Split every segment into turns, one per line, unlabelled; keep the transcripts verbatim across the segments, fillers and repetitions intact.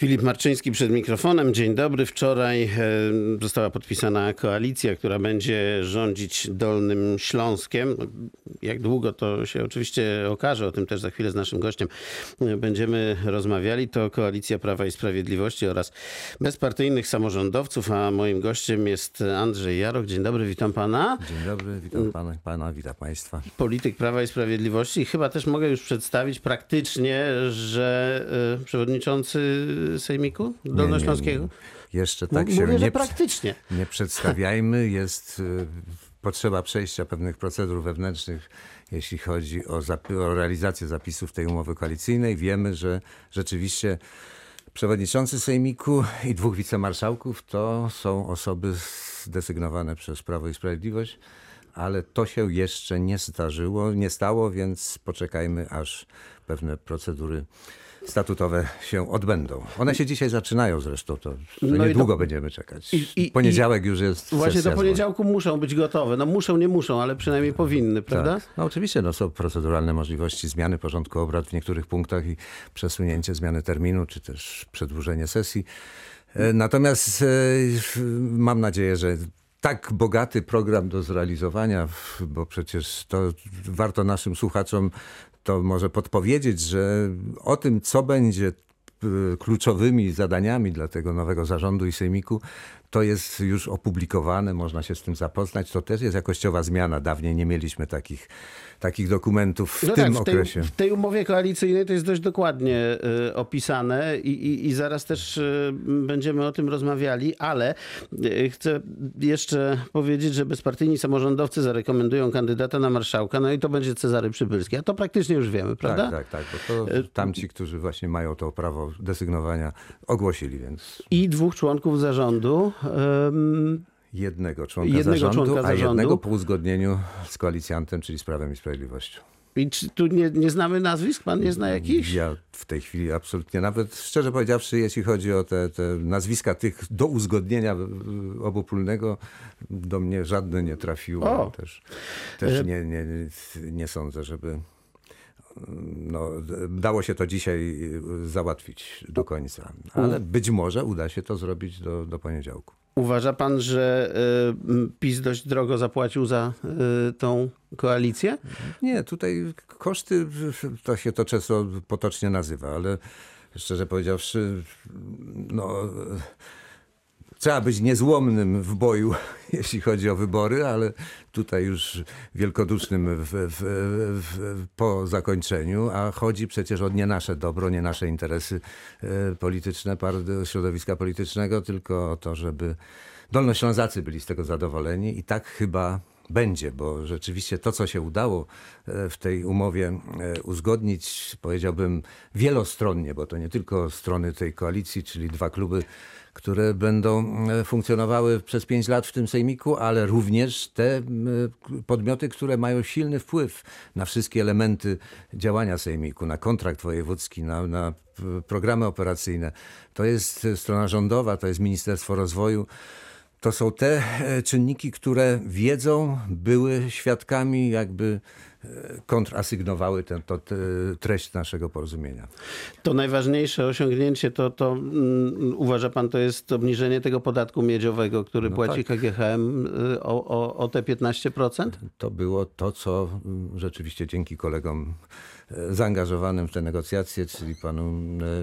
Filip Marczyński przed mikrofonem. Dzień dobry. Wczoraj została podpisana koalicja, która będzie rządzić Dolnym Śląskiem. Jak długo to się oczywiście okaże, o tym też za chwilę z naszym gościem będziemy rozmawiali. To koalicja Prawa i Sprawiedliwości oraz bezpartyjnych samorządowców, a moim gościem jest Andrzej Jaroch. Dzień dobry, witam pana.
Dzień dobry, witam pana, pana witam państwa.
Polityk Prawa i Sprawiedliwości. Chyba też mogę już przedstawić praktycznie, że y, przewodniczący Sejmiku Dolnośląskiego?
Nie, nie, nie. Jeszcze tak
Mówię,
się
że
nie,
praktycznie.
nie przedstawiajmy. Jest y, potrzeba przejścia pewnych procedur wewnętrznych, jeśli chodzi o, o realizację zapisów tej umowy koalicyjnej. Wiemy, że rzeczywiście przewodniczący Sejmiku i dwóch wicemarszałków to są osoby zdesygnowane przez Prawo i Sprawiedliwość, ale to się jeszcze nie zdarzyło, nie stało, więc poczekajmy, aż pewne procedury statutowe się odbędą. One się dzisiaj zaczynają zresztą, to, to
no
niedługo
do...
będziemy czekać.
I, i,
Poniedziałek już jest
Właśnie
sesja
do poniedziałku muszą być gotowe. No muszą, nie muszą, ale przynajmniej powinny, prawda?
Tak. No oczywiście no, są proceduralne możliwości zmiany porządku obrad w niektórych punktach i przesunięcie zmiany terminu, czy też przedłużenie sesji. Natomiast mam nadzieję, że tak bogaty program do zrealizowania, bo przecież to warto naszym słuchaczom to może podpowiedzieć, że o tym, co będzie kluczowymi zadaniami dla tego nowego zarządu i sejmiku, to jest już opublikowane, można się z tym zapoznać. To też jest jakościowa zmiana. Dawniej nie mieliśmy takich, takich dokumentów w
no
tym
tak, w tej,
okresie.
W tej umowie koalicyjnej to jest dość dokładnie y, opisane i, i, i zaraz też y, będziemy o tym rozmawiali, ale y, chcę jeszcze powiedzieć, że bezpartyjni samorządowcy zarekomendują kandydata na marszałka, no i to będzie Cezary Przybylski. A to praktycznie już wiemy, prawda?
Tak, tak, tak. Bo to tamci, którzy właśnie mają to prawo desygnowania, ogłosili, więc...
I dwóch członków zarządu. Um,
Jednego członka
jednego
zarządu,
członka
a
zarządu.
jednego po uzgodnieniu z koalicjantem, czyli z Prawem i Sprawiedliwością.
I czy tu nie, nie znamy nazwisk? Pan nie zna jakichś?
Ja w tej chwili absolutnie, nawet szczerze powiedziawszy, jeśli chodzi o te, te nazwiska tych do uzgodnienia obopólnego, do mnie żadne nie trafiło.
O.
Też, też nie, nie, nie sądzę, żeby... No, dało się to dzisiaj załatwić do końca, ale być może uda się to zrobić do, do poniedziałku.
Uważa pan, że y, PiS dość drogo zapłacił za y, tą koalicję?
Nie, tutaj koszty, to się to często potocznie nazywa, ale szczerze powiedziawszy, no... Trzeba być niezłomnym w boju, jeśli chodzi o wybory, ale tutaj już wielkodusznym w, w, w, po zakończeniu, a chodzi przecież o nie nasze dobro, nie nasze interesy polityczne, środowiska politycznego, tylko o to, żeby Dolnoślązacy byli z tego zadowoleni i tak chyba będzie, bo rzeczywiście to, co się udało w tej umowie uzgodnić, powiedziałbym wielostronnie, bo to nie tylko strony tej koalicji, czyli dwa kluby, które będą funkcjonowały przez pięć lat w tym sejmiku, ale również te podmioty, które mają silny wpływ na wszystkie elementy działania sejmiku, na kontrakt wojewódzki, na, na programy operacyjne. To jest strona rządowa, to jest Ministerstwo Rozwoju. To są te czynniki, które wiedzą, były świadkami, jakby kontrasygnowały tę treść naszego porozumienia.
To najważniejsze osiągnięcie to, to um, uważa pan, to jest obniżenie tego podatku miedziowego, który no płaci tak. K G H M o, o, o te piętnaście procent?
To było to, co rzeczywiście dzięki kolegom zaangażowanym w te negocjacje, czyli panu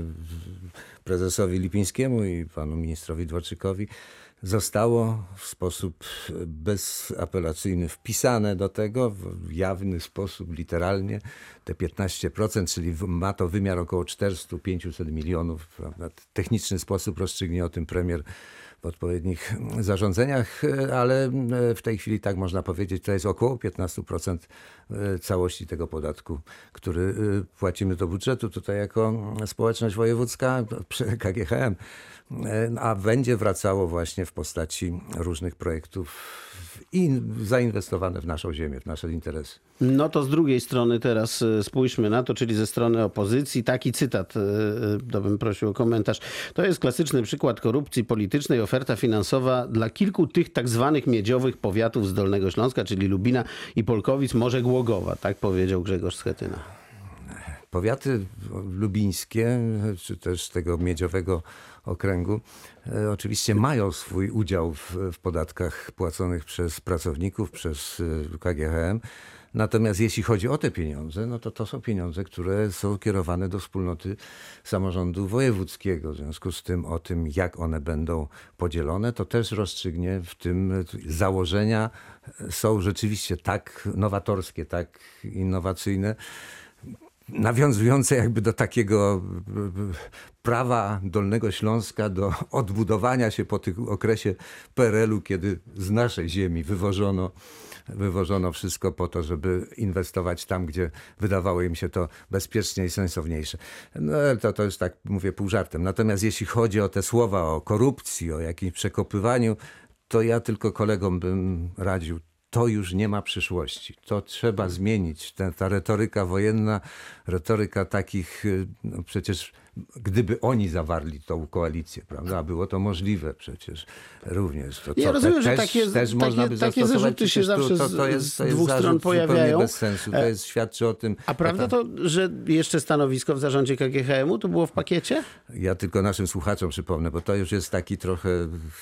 prezesowi Lipińskiemu i panu ministrowi Dworczykowi, zostało w sposób bezapelacyjny wpisane do tego w jawny sposób, literalnie, te piętnaście procent, czyli ma to wymiar około czterysta do pięciuset milionów. W techniczny sposób rozstrzygnie o tym premier w odpowiednich zarządzeniach, ale w tej chwili tak można powiedzieć, to jest około piętnaście procent całości tego podatku, który płacimy do budżetu tutaj jako społeczność wojewódzka, K G H M, a będzie wracało właśnie w postaci różnych projektów i zainwestowane w naszą ziemię, w nasze interesy.
No to z drugiej strony teraz spójrzmy na to, czyli ze strony opozycji. Taki cytat, to bym prosił o komentarz. To jest klasyczny przykład korupcji politycznej, oferta finansowa dla kilku tych tak zwanych miedziowych powiatów z Dolnego Śląska, czyli Lubina i Polkowic, może Głogowa. Tak powiedział Grzegorz Schetyna.
Powiaty lubińskie, czy też tego miedziowego okręgu, e, oczywiście mają swój udział w, w podatkach płaconych przez pracowników, przez e, K G H M. Natomiast jeśli chodzi o te pieniądze, no to to są pieniądze, które są kierowane do wspólnoty samorządu wojewódzkiego. W związku z tym o tym, jak one będą podzielone, to też rozstrzygnie w tym założenia są rzeczywiście tak nowatorskie, tak innowacyjne, nawiązujące jakby do takiego prawa Dolnego Śląska, do odbudowania się po tym okresie P R L u, kiedy z naszej ziemi wywożono, wywożono wszystko po to, żeby inwestować tam, gdzie wydawało im się to bezpieczniej i sensowniejsze. No to, to już tak mówię pół żartem. Natomiast jeśli chodzi o te słowa o korupcji, o jakimś przekopywaniu, to ja tylko kolegom bym radził, to już nie ma przyszłości. To trzeba zmienić. Ta, ta retoryka wojenna, retoryka takich, no przecież gdyby oni zawarli tą koalicję, prawda, a było to możliwe przecież również. To,
Ja
co,
rozumiem,
te,
że
też,
takie,
też
takie,
można by
takie
zastosować,
zarzuty się
przecież tu-
zawsze
to, to
z,
jest, to
z
jest
dwóch
zarzut
stron
zupełnie
pojawiają.
bez sensu. To jest, świadczy o tym.
A prawda to, że jeszcze stanowisko w zarządzie K G H M u to było w pakiecie?
Ja tylko naszym słuchaczom przypomnę, bo to już jest taki trochę,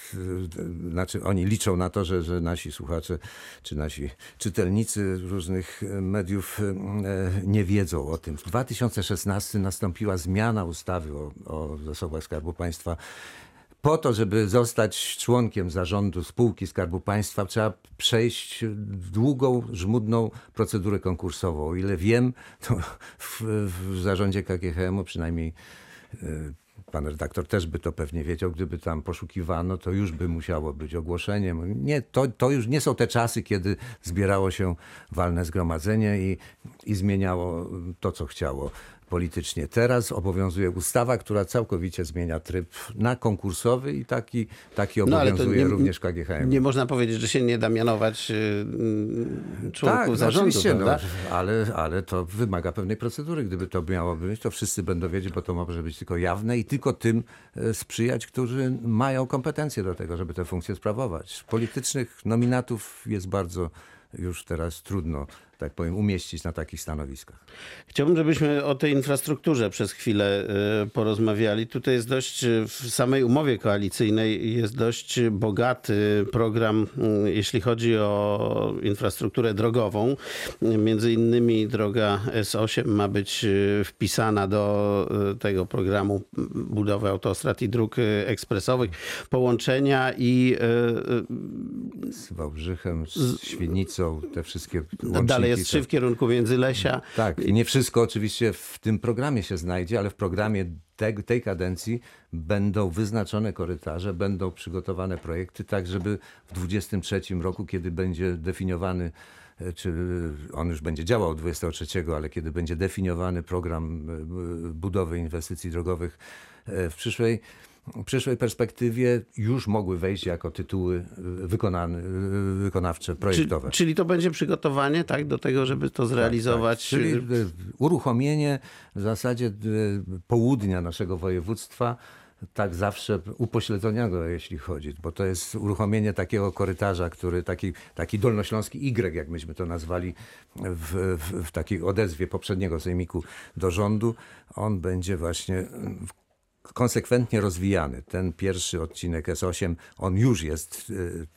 znaczy oni liczą na to, że, że nasi słuchacze, czy nasi czytelnicy różnych mediów e, nie wiedzą o tym. W dwa tysiące szesnastym nastąpiła zmiana ustawy o, o zasobach Skarbu Państwa. Po to, żeby zostać członkiem zarządu spółki Skarbu Państwa, trzeba przejść długą, żmudną procedurę konkursową. O ile wiem, to w, w zarządzie K G H M u przynajmniej y, pan redaktor też by to pewnie wiedział, gdyby tam poszukiwano, to już by musiało być ogłoszenie. Nie, to, to już nie są te czasy, kiedy zbierało się walne zgromadzenie i, i zmieniało to, co chciało politycznie. Teraz obowiązuje ustawa, która całkowicie zmienia tryb na konkursowy i taki, taki
No, ale to
obowiązuje
nie-
również K G H M.
Nie można powiedzieć, że się nie da mianować y, członków
Tak, no
zarządu,
oczywiście, no,
prawda?
ale, ale to wymaga pewnej procedury. Gdyby to miało być, to wszyscy będą wiedzieć, bo to może być tylko jawne i tylko tym e, sprzyjać, którzy mają kompetencje do tego, żeby tę funkcję sprawować. Politycznych nominatów jest bardzo już teraz trudno, tak powiem, umieścić na takich stanowiskach.
Chciałbym, żebyśmy o tej infrastrukturze przez chwilę y, porozmawiali. Tutaj jest dość, y, w samej umowie koalicyjnej jest dość bogaty program, y, jeśli chodzi o infrastrukturę drogową. Y, Między innymi droga S osiem ma być y, wpisana do y, tego programu budowy autostrad i dróg y, ekspresowych, połączenia i y, y,
Z Wałbrzychem, z Świdnicą, te wszystkie łączniki.
dalej jest
te-
trzy w kierunku Międzylesia.
Tak, i nie wszystko oczywiście w tym programie się znajdzie, ale w programie te, tej kadencji będą wyznaczone korytarze, będą przygotowane projekty, tak żeby w dwudziestym trzecim roku, kiedy będzie definiowany, e, czy on już będzie działał dwudziestego trzeciego, ale kiedy będzie definiowany program e, budowy inwestycji drogowych e, w przyszłej w przyszłej perspektywie już mogły wejść jako tytuły wykonane, wykonawcze, projektowe.
Czy, czyli to będzie przygotowanie tak, do tego, żeby to zrealizować?
Tak, czyli e, uruchomienie w zasadzie e, południa naszego województwa, tak zawsze upośledzonego, jeśli chodzi, bo to jest uruchomienie takiego korytarza, który taki, taki dolnośląski Y, jak myśmy to nazwali w, w, w takiej odezwie poprzedniego sejmiku do rządu. On będzie właśnie w konsekwentnie rozwijany. Ten pierwszy odcinek S osiem, on już jest y,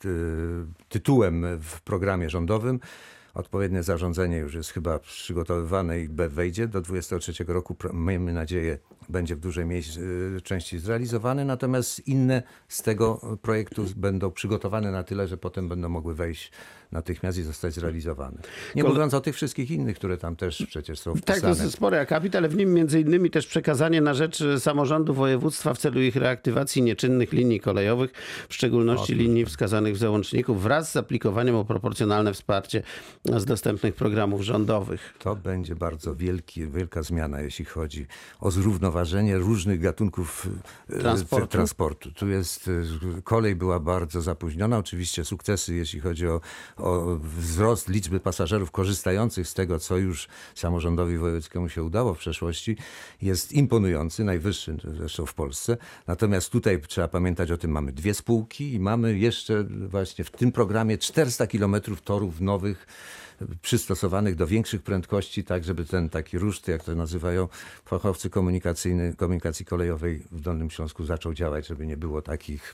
y, tytułem w programie rządowym. Odpowiednie zarządzenie już jest chyba przygotowywane i wejdzie do dwudziestego trzeciego roku. Miejmy nadzieję, będzie w dużej mierze, y, części zrealizowany. Natomiast inne z tego projektu będą przygotowane na tyle, że potem będą mogły wejść natychmiast i zostać zrealizowane. Nie
Kole-
mówiąc o tych wszystkich innych, które tam też przecież są
Tak, to
wpisane.
jest spory akapit, ale w nim między innymi też przekazanie na rzecz samorządu województwa w celu ich reaktywacji nieczynnych linii kolejowych, w szczególności linii wskazanych w załączniku, wraz z aplikowaniem o proporcjonalne wsparcie z dostępnych programów rządowych.
To będzie bardzo wielki, wielka zmiana, jeśli chodzi o zrównoważenie różnych gatunków e,
Transportu.
transportu. Tu jest, e, kolej była bardzo zapóźniona. Oczywiście sukcesy, jeśli chodzi o, o wzrost liczby pasażerów korzystających z tego, co już samorządowi wojewódzkiemu się udało w przeszłości, jest imponujący, najwyższy zresztą w Polsce. Natomiast tutaj trzeba pamiętać o tym, mamy dwie spółki i mamy jeszcze właśnie w tym programie czterysta kilometrów torów nowych, przystosowanych do większych prędkości, tak żeby ten taki ruszt, jak to nazywają fachowcy komunikacyjny, komunikacji kolejowej w Dolnym Śląsku zaczął działać, żeby nie było takich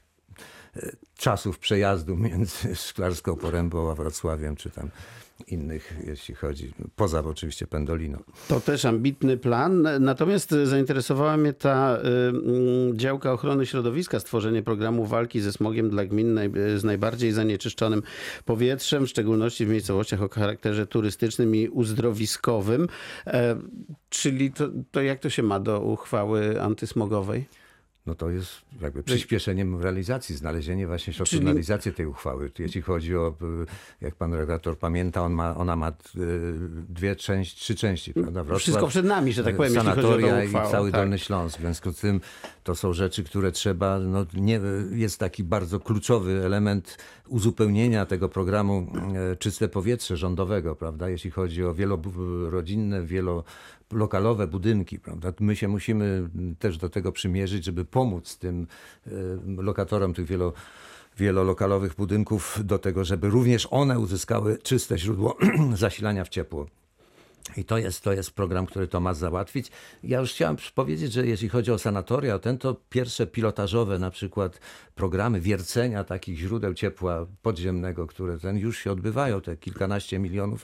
czasów przejazdu między Szklarską Porębą a Wrocławiem, czy tam innych, jeśli chodzi, poza oczywiście Pendolino.
To też ambitny plan, natomiast zainteresowała mnie ta y, działka ochrony środowiska, stworzenie programu walki ze smogiem dla gmin naj, z najbardziej zanieczyszczonym powietrzem, w szczególności w miejscowościach o charakterze turystycznym i uzdrowiskowym. E, czyli to, to jak to się ma do uchwały antysmogowej?
No to jest jakby przyspieszeniem realizacji, znalezienie właśnie środków
Czyli-
na realizację tej uchwały. Jeśli chodzi o, jak pan redaktor pamięta, on ma, ona ma dwie części, trzy części, prawda? Wrocław,
Wszystko przed nami, że tak powiem, jeśli chodzi o
sanatoria
tą uchwałę.
i cały
Tak.
Dolny Śląsk. W związku z tym to są rzeczy, które trzeba, no nie, jest taki bardzo kluczowy element uzupełnienia tego programu e, Czyste Powietrze rządowego, prawda? Jeśli chodzi o wielorodzinne, wielolokalowe budynki, prawda? My się musimy też do tego przymierzyć, żeby pomóc tym e, lokatorom tych wielo wielolokalowych budynków do tego, żeby również one uzyskały czyste źródło zasilania w ciepło. I to jest, to jest program, który to ma załatwić. Ja już chciałem powiedzieć, że jeśli chodzi o sanatoria, ten to pierwsze pilotażowe na przykład programy wiercenia takich źródeł ciepła podziemnego, które ten już się odbywają, te kilkanaście milionów,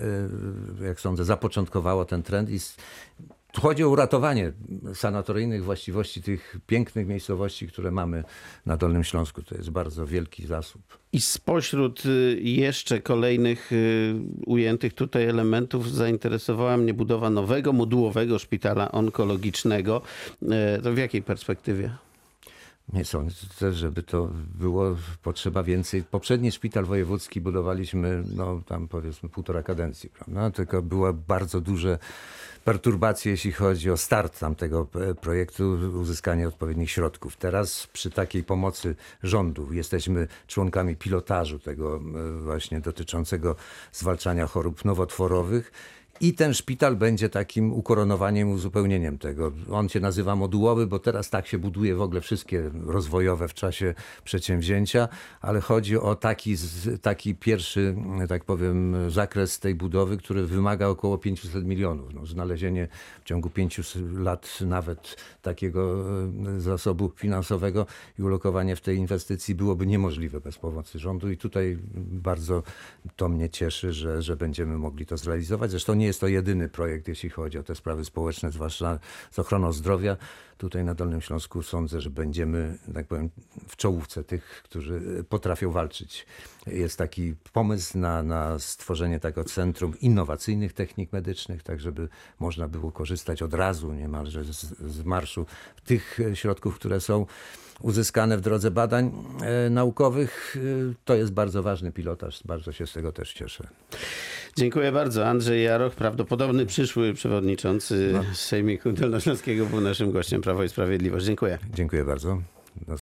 yy, jak sądzę, zapoczątkowało ten trend i s- chodzi o uratowanie sanatoryjnych właściwości tych pięknych miejscowości, które mamy na Dolnym Śląsku. To jest bardzo wielki zasób.
I spośród y, jeszcze kolejnych y, ujętych tutaj elementów zainteresowała mnie budowa nowego modułowego szpitala onkologicznego. E, To w jakiej perspektywie?
Nie sądzę, żeby to było potrzeba więcej. Poprzedni szpital wojewódzki budowaliśmy, no tam powiedzmy półtora kadencji, prawda? Tylko były bardzo duże perturbacje, jeśli chodzi o start tamtego e, projektu, uzyskanie odpowiednich środków. Teraz przy takiej pomocy rządu jesteśmy członkami pilotażu tego e, właśnie dotyczącego zwalczania chorób nowotworowych. I ten szpital będzie takim ukoronowaniem, uzupełnieniem tego. On się nazywa modułowy, bo teraz tak się buduje w ogóle wszystkie rozwojowe w czasie przedsięwzięcia, ale chodzi o taki, z- taki pierwszy, tak powiem, zakres tej budowy, który wymaga około pięćset milionów. No, znalezienie w ciągu pięciu lat nawet takiego e, zasobu finansowego i ulokowanie w tej inwestycji byłoby niemożliwe bez pomocy rządu i tutaj bardzo to mnie cieszy, że, że będziemy mogli to zrealizować. Zresztą nie jest to jedyny projekt, jeśli chodzi o te sprawy społeczne, zwłaszcza z ochroną zdrowia. Tutaj na Dolnym Śląsku sądzę, że będziemy, tak powiem, w czołówce tych, którzy potrafią walczyć. Jest taki pomysł na, na stworzenie takiego centrum innowacyjnych technik medycznych, tak żeby można było korzystać od razu niemalże z, z marszu tych środków, które są uzyskane w drodze badań e, naukowych. E, to jest bardzo ważny pilotaż. Bardzo się z tego też cieszę.
Dziękuję bardzo. Andrzej Jaroch, prawdopodobny przyszły przewodniczący Sejmiku Dolnośląskiego, był naszym gościem. Prawo i Sprawiedliwość. Dziękuję.
Dziękuję bardzo. Do